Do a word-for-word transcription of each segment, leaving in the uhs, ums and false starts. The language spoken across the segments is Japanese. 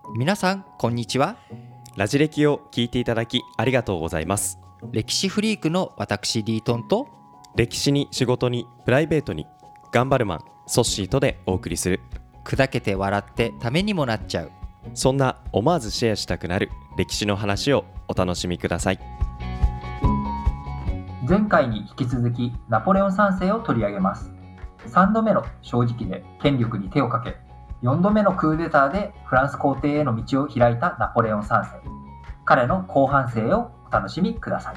皆さんこんにちは。 ラジ歴を聞いていただきありがとうございます。 歴史フリークの私リートンと、 歴史に仕事にプライベートに頑張るマンソッシーとでお送りする、 砕けて笑ってためにもなっちゃう、 そんな思わずシェアしたくなる歴史の話をお楽しみください。 前回に引き続きナポレオンさん世を取り上げます。さんどめの正直で権力に手をかけ、よんどめのクーデターでフランス皇帝への道を開いたナポレオンさん世。彼の後半生をお楽しみください。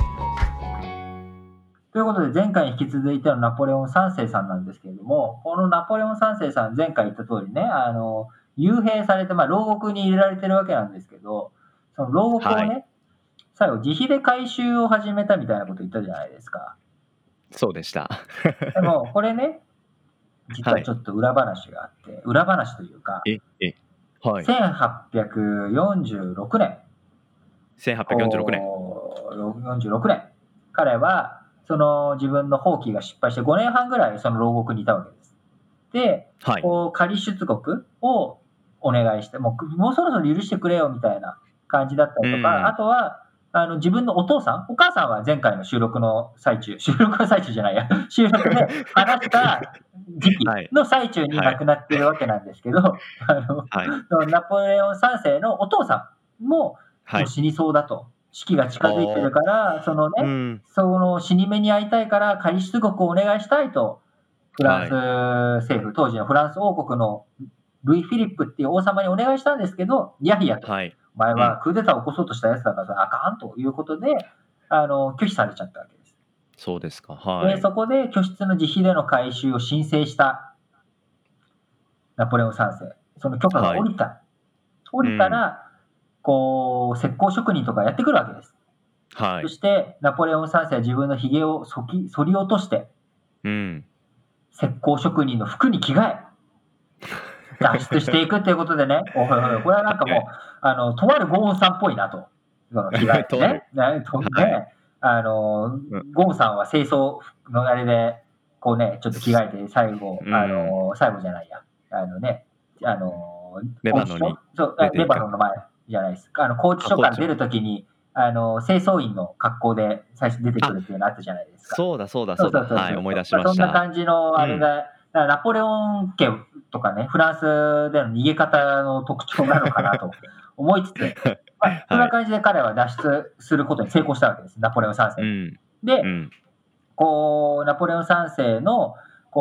ということで、前回に引き続いてのナポレオンさん世さんなんですけれども、このナポレオンさん世さん、前回言った通りね、あの幽閉されて、まあ、牢獄に入れられてるわけなんですけど、その牢獄をね、はい、最後自費で回収を始めたみたいなこと言ったじゃないですか。 そうでしたでもこれね、実はちょっと裏話があって、はい、裏話というか、 ええ、はい、 せんはっぴゃくよんじゅうろくねんせんはっぴゃくよんじゅうろくねんよんじゅうろくねん彼はその自分の放棄が失敗してごねんはんぐらいその牢獄にいたわけです。で、はい、こう仮出国をお願いして、もう、もうそろそろ許してくれよみたいな感じだったりとか、あとはあの自分のお父さん、お母さんは前回の収録の最中、収録の最中じゃないや、収録で話した時期の最中に亡くなっているわけなんですけど、はい、あの、はい、ナポレオンさん世のお父さんも、もう死にそうだと。死期が近づいてるから、そのね、うん、その死に目に会いたいから仮出国をお願いしたいと、フランス政府、はい、当時のフランス王国のルイ・フィリップっていう王様にお願いしたんですけど、いやいやと。はい、お前はクーデターを起こそうとしたやつだから、あかんということで、あの拒否されちゃったわけです。 そうですか。はい。 で、そこで居室の自費での回収を申請したナポレオンさん世。その許可が下りた。はい、下りたら、うん、こう、石膏職人とかやってくるわけです。はい。そして、ナポレオンさん世は自分の髭をそき剃り落として、うん、石膏職人の服に着替え、脱出していくっていうことでね、おいおい、これはなんかもう、あの、とあるゴーンさんっぽいなと。その着替えてね。ね、とね、はい、あの、ゴーンさんは清掃のあれで、こうね、ちょっと着替えて、最後、あの、最後じゃないや、あのね、あの、 レバノンにそう、レバノンの前じゃないですか。あの、拘置所から出るときに、あの、清掃員の格好で最初出てくるっていうのあったじゃないですか。 そうだそうだそうだ。はい、思い出しました。 そんな感じの、あれが、うん、ナポレオン家とかね、フランスでの逃げ方の特徴なのかなと思いつつ、まあ、そんな感じで彼は脱出することに成功したわけです、ナポレオンさん世。うん、で、うん、こう、ナポレオンさん世の、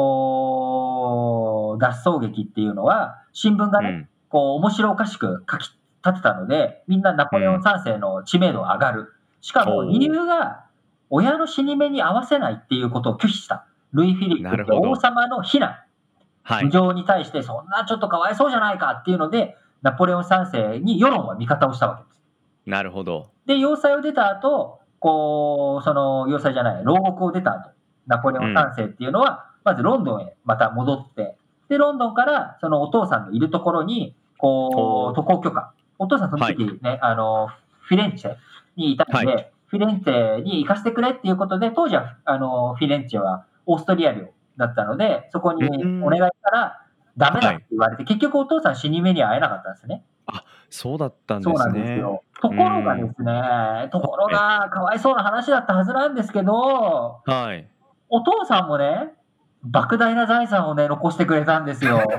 こう、脱走劇っていうのは、新聞がね、うん、こう、面白おかしく書き立てたので、みんなナポレオンさん世の知名度が上がる。しかも、理由が、親の死に目に合わせないっていうことを拒否した。ルイ・フィリップって王様の非難。無情に対して、そんなちょっとかわいそうじゃないかっていうので、ナポレオンさん世に世論は味方をしたわけです。 なるほど。 で、要塞を出た後、こう、その、要塞じゃない、牢獄を出た後、ナポレオンさん世っていうのは、うん、まずロンドンへまた戻って、で、ロンドンからそのお父さんのいるところに、こう、渡航許可。お父さんその時ね、はい、あの、フィレンチェにいたので、はい、フィレンチェに行かせてくれっていうことで、当時は、あの、フィレンチェはオーストリア領だったので、そこにお願いしたら、ダメだって言われて、はい、結局お父さん死に目には会えなかったんですね。 あ、そうだったんですね。そうなんですよ。 ところがですね、ところが、かわいそうな話だったはずなんですけど、はい、お父さんもね、莫大な財産をね、残してくれたんですよ。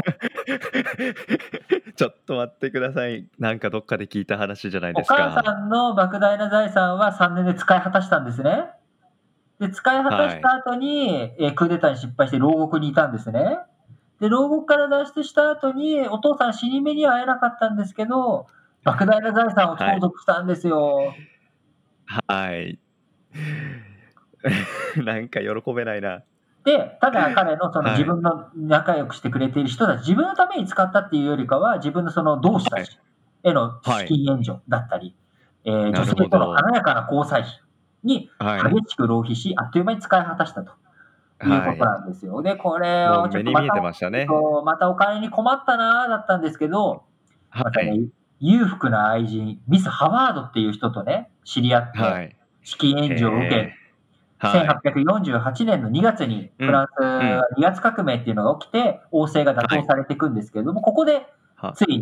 ちょっと待ってください。なんかどっかで聞いた話じゃないですか。 お母さんの莫大な財産はさんねんで使い果たしたんですね。で、使い果たした後に、はい、えクーデターに失敗して牢獄にいたんですね。で、牢獄から脱出した後に、お父さん死に目には会えなかったんですけど、莫大な財産を相続したんですよ。 はい。なんか喜べないな。 で、ただ彼のその自分の仲良くしてくれている人たち、自分のために使ったっていうよりかは、自分のその同志たちへの資金援助だったり、はい、えー、女性との華やかな交際費に激しく浪費し、あっという間に使い果たしたと。いうことなんですよ。はい、で、これをちょっとま た, ました、ね、またお金に困ったなだったんですけど、はい、またね、裕福な愛人、ミス・ハワードっていう人とね、知り合って、資金援助を受け、はい、せんはっぴゃくよんじゅうはちねんのにがつにフランスはにがつ革命っていうのが起きて、王政が打倒されていくんですけれども、はい、ここでついに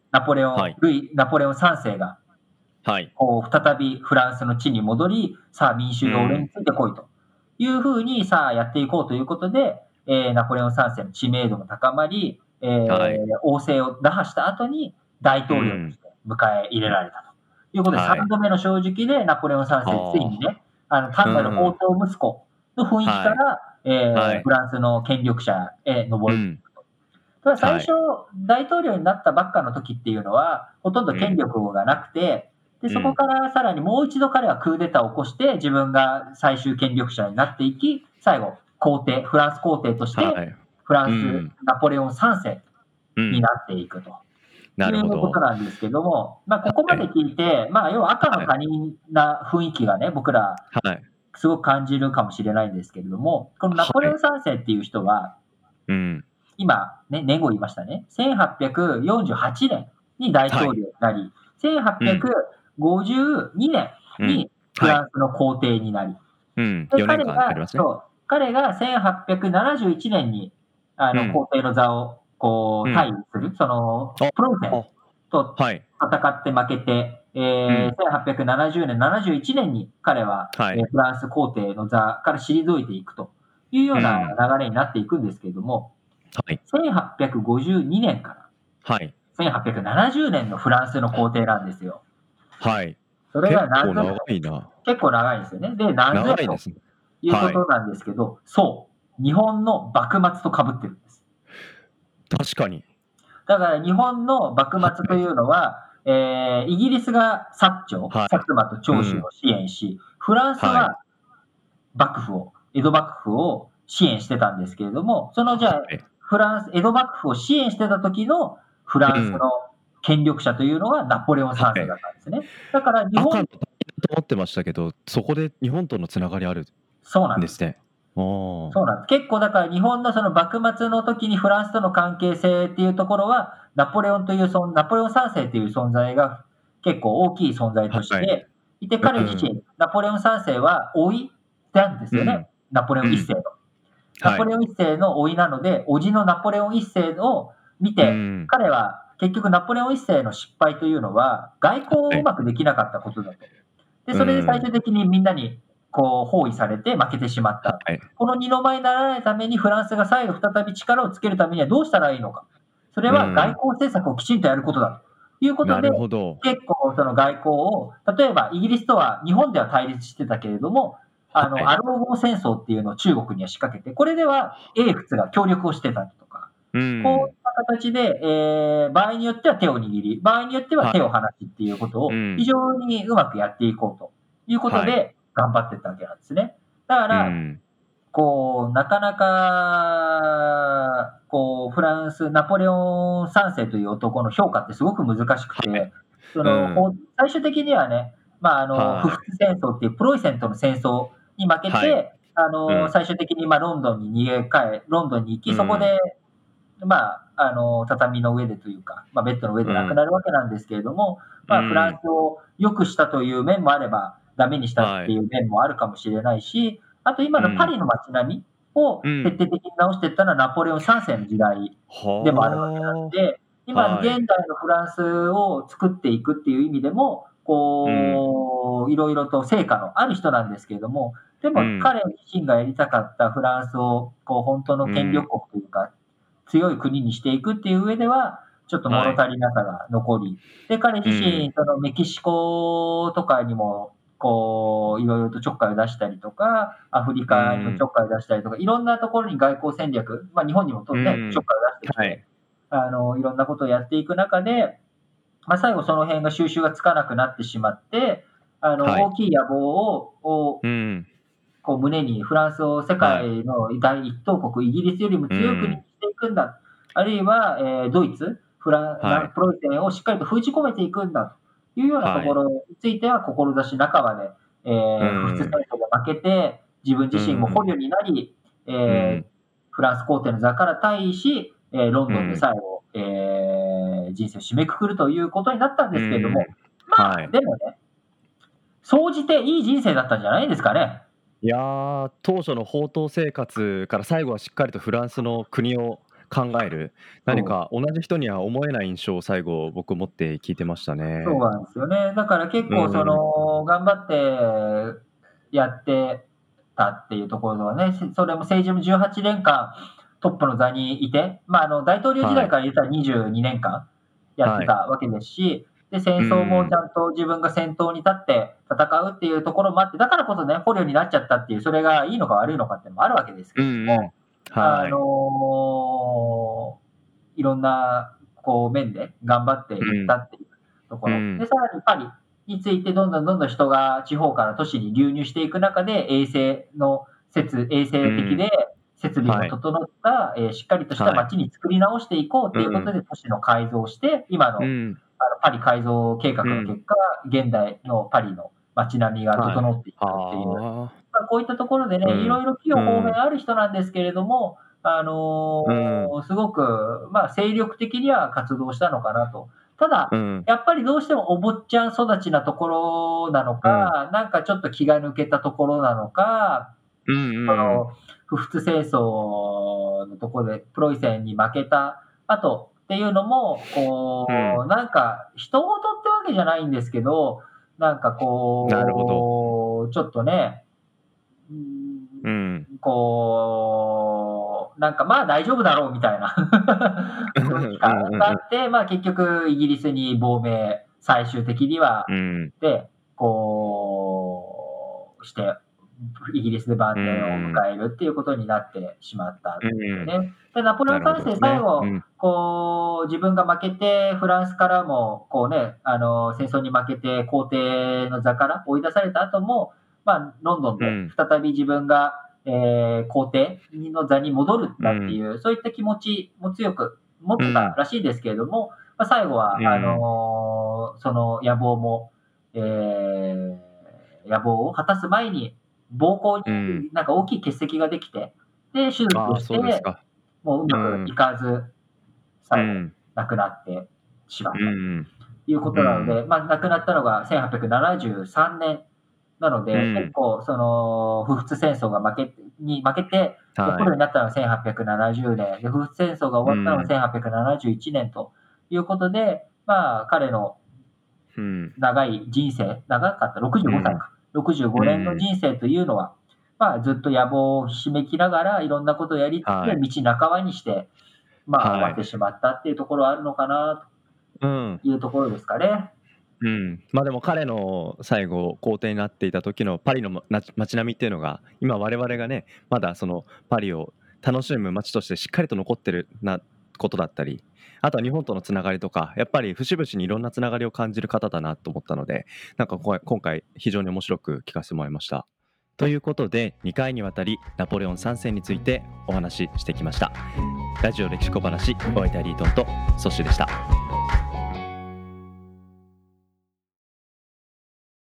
ナポレオン、 はい、 ルイナポレオンさんせいが、 はい、 こう再びフランスの地に戻り、さあ民衆が俺についてこいというふうにさあやっていこうということで、えーナポレオンさんせいの知名度も高まり、えーはい、 王政を打破した後に大統領として迎え入れられたということで、 はい、 さんどめの正直でナポレオンさんせい、ついにね、あの単なる王うん、 党息子の雰囲気かはい、 ら、えはい、 ーフランスの権力者へ上り、 うん、 ただ最初はい、、 大統領になったばっかの時っていうのは、ほとんど権うん、 力がなくて、で、そこうん、 からさらにもう一度彼はクーデターを起こして、自分が最終権力者になっていき、最後、皇帝、フランス皇帝として、 はい、 フランス、 うん、 ナポレオンさんせうん、 いになっていくとないうことるほど。 なんですけども、まあ、ここまではい、 聞いて、まあ、要は赤のはい、 他人な雰囲気がね、僕ら、 はい、 すごく感じるかもしれないんですけれども、このナはい、 ポレオンさんせいっていう人は、 うん、 今、ね、年号言いましたね。せんはっぴゃくよんじゅうはちねんに大はい、 統領になり、 うん、 せんはっぴゃくごじゅうにねうん、 んにフはい、 ランスの皇帝になり、 うん、 で、 よねん彼が、 かんありますね。 そう、彼がせんはっぴゃくななじゅういちねんに、あの、 うん、 皇帝の座を、こう、 うん、 退位する、その、 あ、 プロイセンあ、 とはい、 戦って負けて、えー、 うん、 せんはっぴゃくななじゅうねん、ななじゅういちねんに彼は、 はい、 えーフランス皇帝の座から退いていくというようなうん、 流れになっていくんですけれども、 はい、 せんはっぴゃくごじゅうにねんからはい、 せんはっぴゃくななじゅうねんのフランスの皇帝なんですよ。 はい。 それが何ぞや、 結構長いな。 結構長いんですよね。で、何ぞやと長いですね。 いうこはい。 となんですけど、そう、日本の幕末と被ってるんです。 確かに。 だから日本の幕は末といい。 うのは、えーイギリスが薩長、 はい。 薩摩と長州うん。 を支援し、フランスはい。 は幕府を、江戸幕府を支援してたんですけれども、そのじゃあ、 はい。 フランス、江戸幕府を支援してた時のフランスのうん。 権力者というのはナポレオンさんせいだはい。 ったんですね。だから日本、 赤の他人だと思ってましたけど、そこで日本とのつながりあるそうなんです。 んですね。おー。 そうなんです。結構だから日本のその幕末の時にフランスとの関係性っていうところは、ナポレオンという存、ナポレオンさんせいという存在が結構大きい存在としはい。 ていて、彼自うん。 身、ナポレオンさんせいは甥いなんですよね。 うん。 ナポレオうん。 ンいっせいの。ナはい。 ポレオンいっせいの甥いなので、叔父のナポレオンいっせいを見うて、 ん。 彼は結局ナポレオンいっせいの失敗というのは、外交をはい。 うまくできなかったことだと。で、 うそれで最ん。 終的にみんなにこう包囲されて負けてしまった。 はい。 この二の舞にならないためにフランスが再度再び力をつけるためにはどうしたらいいのか。それは外うん。 交政策をきちんとやることだということなで、 るほど。 結構その外交を、例えばイギリスとは日本では対立してたけれども、あの、アはい。 ルゴ号戦争っていうのを中国には仕掛けて、これでは英仏が協力をしてたりとか、 うこういっん。 た形で、えー場合によっては手を握り、場合によってははい。 手を離しっていうことを非うん。 常にうまくやっていこうということはい。 で頑張ってったわけなんですね。だから、 うん。 こう、なかなか、こう、フランス、ナポレオンさんせいという男の評価ってすごく難しくはい。 て、その、 うん。 ほ最終的にはね、まあ、あの、不はい。 仏戦争っていうプロイセンとの戦争に負けはい。 て、あの、 うん。 最終的に、まあ、ロンドンに逃げ帰ロンドンに行き、そこうん。 で、まあ、あの、畳の上でというか、まあ、ベッドの上で亡くうん。 なるわけなんですけれども、まあ、フランうん。 スを良くしたという面もあれば、ダメにしたっはい。 ていう面もあるかもしれないし、あと今うん。 のパリの街並みをうん。 徹底的に直していったのはナポレオンさんせいの時代でもあるわけなんはで、 あ。 今現はい。 代のフランスを作っていくっていう意味でも、 うん。 こう、いろいろと成果のある人なんですけれども、でうん。 も彼自身がやりたかったフランスを、こう、本当の権力うん。 国というか、強い国にしていくっていう上では、ちょっと物はい。 足りなさが残り、で、彼自身、 うん。 そのメキシコとかにも、こう、いろいろとちょっかいを出したりとか、アフリうカにもちょん。 っかいを出したりとか、いろんなところに外交戦略、まあ、日本にもとね、ちょっうん。 かいを出してきて、 はい。 あの、いろんなことをやっていく中で、まあ、最後その辺が収拾がつかなくなってしまって、あの、 はい。 大きい野望ををうん。 こう胸にフランスを世はい。 界の第一等国、イギリスよりもう強い国にん。 していくんだ。あるいは、えードイツ、フランなはい。 プロイセンをしっかりと封じ込めていくんだというようなとはい。 ころについては、志半ばで、えうー、不仏戦ん。 争で負けて、自分う自身も捕ん。 虜になり、えーうん。 フランス皇帝の座から退位し、えーロンドンでうん。 最後、えー人生を締めくくるということになったんですけれども、 うん。 まあ、 はい。 でもね、総じていい人生だったんじゃないですかね。 いやー、当初の放蕩生活から最後はしっかりとフランスの国を考える、何か同じ人には思えない印象を最後僕持って聞いてましたね。 そうなんですよね。だから結構その、頑張ってやってたっていうところはね、それも政治もじゅうはちねんかんトップの座にいて、まあ、あの大統領時代から言ったらにじゅうにねんかんやってたわけですし、で戦争もちゃんと自分が先頭に立って戦うっていうところもあって、だからこそね、捕虜になっちゃったっていう、それがいいのか悪いのかっていうのもあるわけですけども、うんうん、はい、あのー、いろんなこう面で頑張っていったっていうところ、うん、でさらにパリについてどんどんどんどん人が地方から都市に流入していく中で、衛生の設衛生的で設備も整った、はいえー、しっかりとした街に作り直していこうっていうことで、都市の改造をして今の、うん、あのパリ改造計画の結果、うん、現代のパリの街並みが整っていくっていう、はいまあ、こういったところでね、うん、いろいろ器用方面ある人なんですけれども、あのーうん、すごく、まあ、精力的には活動したのかなと。ただ、うん、やっぱりどうしてもお坊ちゃん育ちなところなのか、うん、なんかちょっと気が抜けたところなのか、うんうん、その不仏戦争のところでプロイセンに負けた後っていうのも、こう、うん、なんか人事ってわけじゃないんですけど、なんかこう、 なるほどちょっとね、うん、こう、なんかまあ大丈夫だろうみたいな空気感があって、まあ結局イギリスに亡命、最終的には、うん、で、こうして、イギリスで晩年を迎えるっていうことになってしまったんですよね。うん、でナポレオンさん世最後、ねうん、こう自分が負けてフランスからもこう、ね、あの戦争に負けて皇帝の座から追い出された後も、まあ、ロンドンで再び自分が、うんえー、皇帝の座に戻るんだっていう、うん、そういった気持ちも強く持ってたらしいですけれども、まあ、最後は、うんあのー、その野望も、えー、野望を果たす前に膀胱になんか大きい結石ができて、で手術をしてもううまくいかず最後亡くなってしまったということなので、まあ、亡くなったのがせんはっぴゃくななじゅうさんねんなので、うん、結構その不仏戦争が負けに負けて捕虜になったのはせんはっぴゃくななじゅうねんで、不仏戦争が終わったのはせんはっぴゃくななじゅういちねんということで、まあ彼の長い人生、長かったろくじゅうごさいか、ろくじゅうごねんの人生というのは、まあずっと野望をひしめきながらいろんなことをやりつつ、はい、道半ばにして、まあ終わってしまったっていうところはあるのかなというところですかね。 うん、まあでも彼の最後皇帝になっていた時のパリの街並みっていうのが今我々がねまだそのパリを楽しむ街としてしっかりと残ってるなことだったり、あとは日本とのつながりとかやっぱり節々にいろんなつながりを感じる方だなと思ったので、なんか今回非常に面白く聞かせてもらいました。ということでにかいにわたりナポレオンさんせいについてお話ししてきました。ラジオ歴史小話、お相手はリートンとソッシュでした。